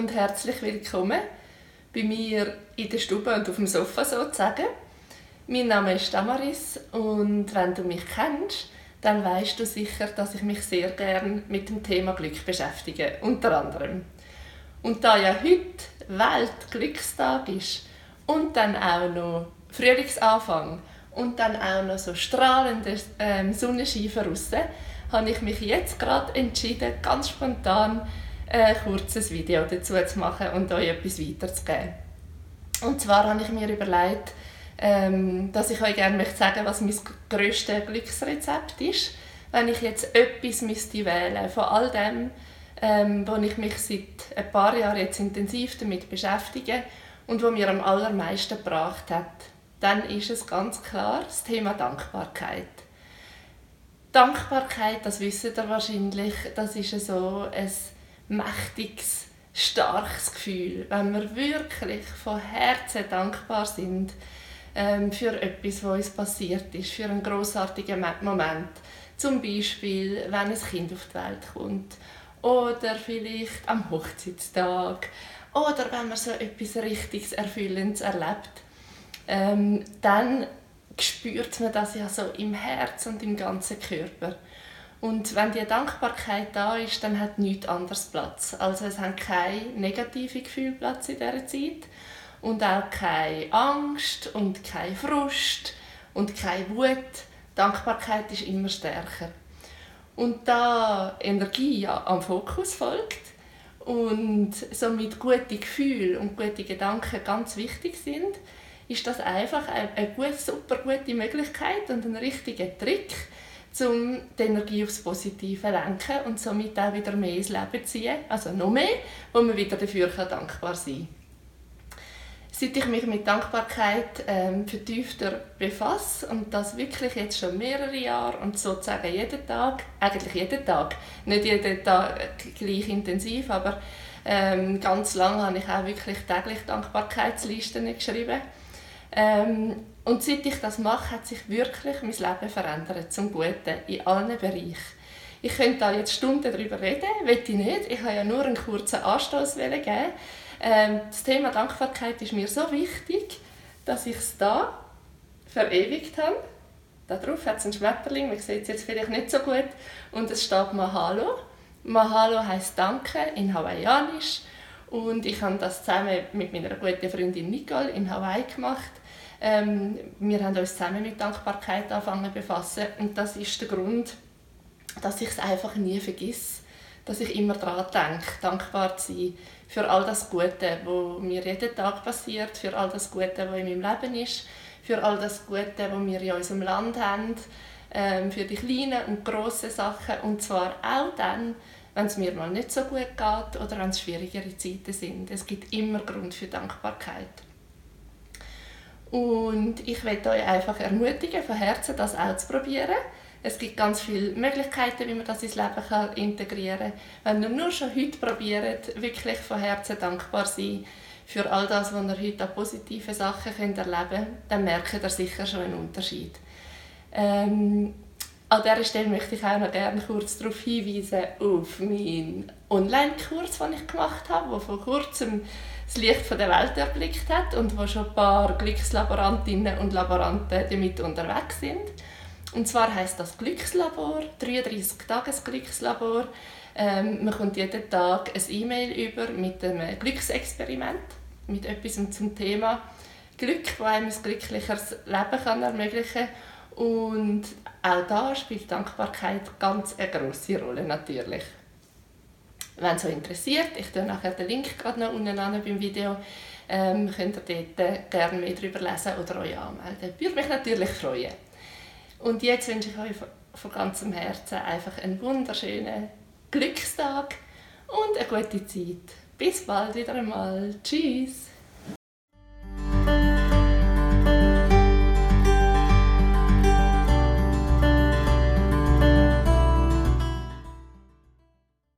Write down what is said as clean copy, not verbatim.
und herzlich willkommen bei mir in der Stube und auf dem Sofa sozusagen. Mein Name ist Damaris und wenn du mich kennst, dann weißt du sicher, dass ich mich sehr gerne mit dem Thema Glück beschäftige, unter anderem. Und da ja heute Weltglückstag ist und dann auch noch Frühlingsanfang und dann auch noch so strahlende Sonnenschein draussen, habe ich mich jetzt gerade entschieden, ganz spontan ein kurzes Video dazu zu machen und euch etwas weiterzugeben. Und zwar habe ich mir überlegt, dass ich euch gerne sagen möchte, was mein grösstes Glücksrezept ist, wenn ich jetzt etwas wählen müsste von all dem, wo ich mich seit ein paar Jahren jetzt intensiv damit beschäftige und wo mir am allermeisten gebracht hat. Dann ist es ganz klar das Thema Dankbarkeit. Dankbarkeit, das wisst ihr wahrscheinlich, das ist so ein mächtiges, starkes Gefühl, wenn wir wirklich von Herzen dankbar sind für etwas, was uns passiert ist, für einen grossartigen Moment. Zum Beispiel, wenn ein Kind auf die Welt kommt oder vielleicht am Hochzeitstag oder wenn man so etwas richtig Erfüllendes erlebt. Dann spürt man das ja so im Herz und im ganzen Körper. Und wenn die Dankbarkeit da ist, dann hat nichts anderes Platz. Also es haben keine negativen Gefühle Platz in dieser Zeit und auch keine Angst und kein Frust und keine Wut. Dankbarkeit ist immer stärker. Und da Energie ja am Fokus folgt und somit gute Gefühle und gute Gedanken ganz wichtig sind, ist das einfach eine super gute Möglichkeit und ein richtiger Trick, um die Energie aufs Positive zu lenken und somit auch wieder mehr ins Leben zu ziehen, also noch mehr, wo man wieder dafür dankbar sein kann. Seit ich mich mit Dankbarkeit vertiefter befasse und das wirklich jetzt schon mehrere Jahre und sozusagen jeden Tag, eigentlich jeden Tag, nicht jeden Tag gleich intensiv, aber ganz lange habe ich auch wirklich täglich Dankbarkeitslisten geschrieben. Und seit ich das mache, hat sich wirklich mein Leben verändert, zum Guten, in allen Bereichen. Ich könnte da jetzt Stunden darüber reden, will ich nicht. Ich habe ja nur einen kurzen Anstoß geben. Das Thema Dankbarkeit ist mir so wichtig, dass ich es da verewigt habe. Darauf hat es einen Schmetterling, man sieht es jetzt vielleicht nicht so gut. Und es steht Mahalo. Mahalo heisst Danke in Hawaiianisch. Und ich habe das zusammen mit meiner guten Freundin Nicole in Hawaii gemacht. Wir haben uns zusammen mit Dankbarkeit angefangen zu befassen. Und das ist der Grund, dass ich es einfach nie vergesse. Dass ich immer daran denke, dankbar zu sein für all das Gute, was mir jeden Tag passiert, für all das Gute, was in meinem Leben ist, für all das Gute, was wir in unserem Land haben, für die kleinen und grossen Sachen. Und zwar auch dann, wenn es mir mal nicht so gut geht oder wenn es schwierigere Zeiten sind. Es gibt immer Grund für Dankbarkeit. Und ich möchte euch einfach ermutigen, von Herzen das auch zu probieren. Es gibt ganz viele Möglichkeiten, wie man das ins Leben integrieren kann. Wenn ihr nur schon heute probiert, wirklich von Herzen dankbar sein für all das, was ihr heute an positiven Sachen erleben könnt, dann merkt ihr sicher schon einen Unterschied. An dieser Stelle möchte ich auch noch gerne kurz darauf hinweisen, auf meinen Online-Kurs, den ich gemacht habe, der vor kurzem das Licht der Welt erblickt hat und wo schon ein paar Glückslaborantinnen und Laboranten damit unterwegs sind. Und zwar heisst das Glückslabor, 33-Tages-Glückslabor. Man kommt jeden Tag ein E-Mail über mit einem Glücksexperiment, mit etwas zum Thema Glück, das einem ein glücklicheres Leben ermöglichen kann. Und auch da spielt Dankbarkeit ganz eine grosse Rolle natürlich. Wenn es euch interessiert, ich tue nachher den Link gerade noch unten an beim Video, könnt ihr dort gerne mehr darüber lesen oder euch anmelden. Würde mich natürlich freuen. Und jetzt wünsche ich euch von ganzem Herzen einfach einen wunderschönen Glückstag und eine gute Zeit. Bis bald wieder einmal. Tschüss!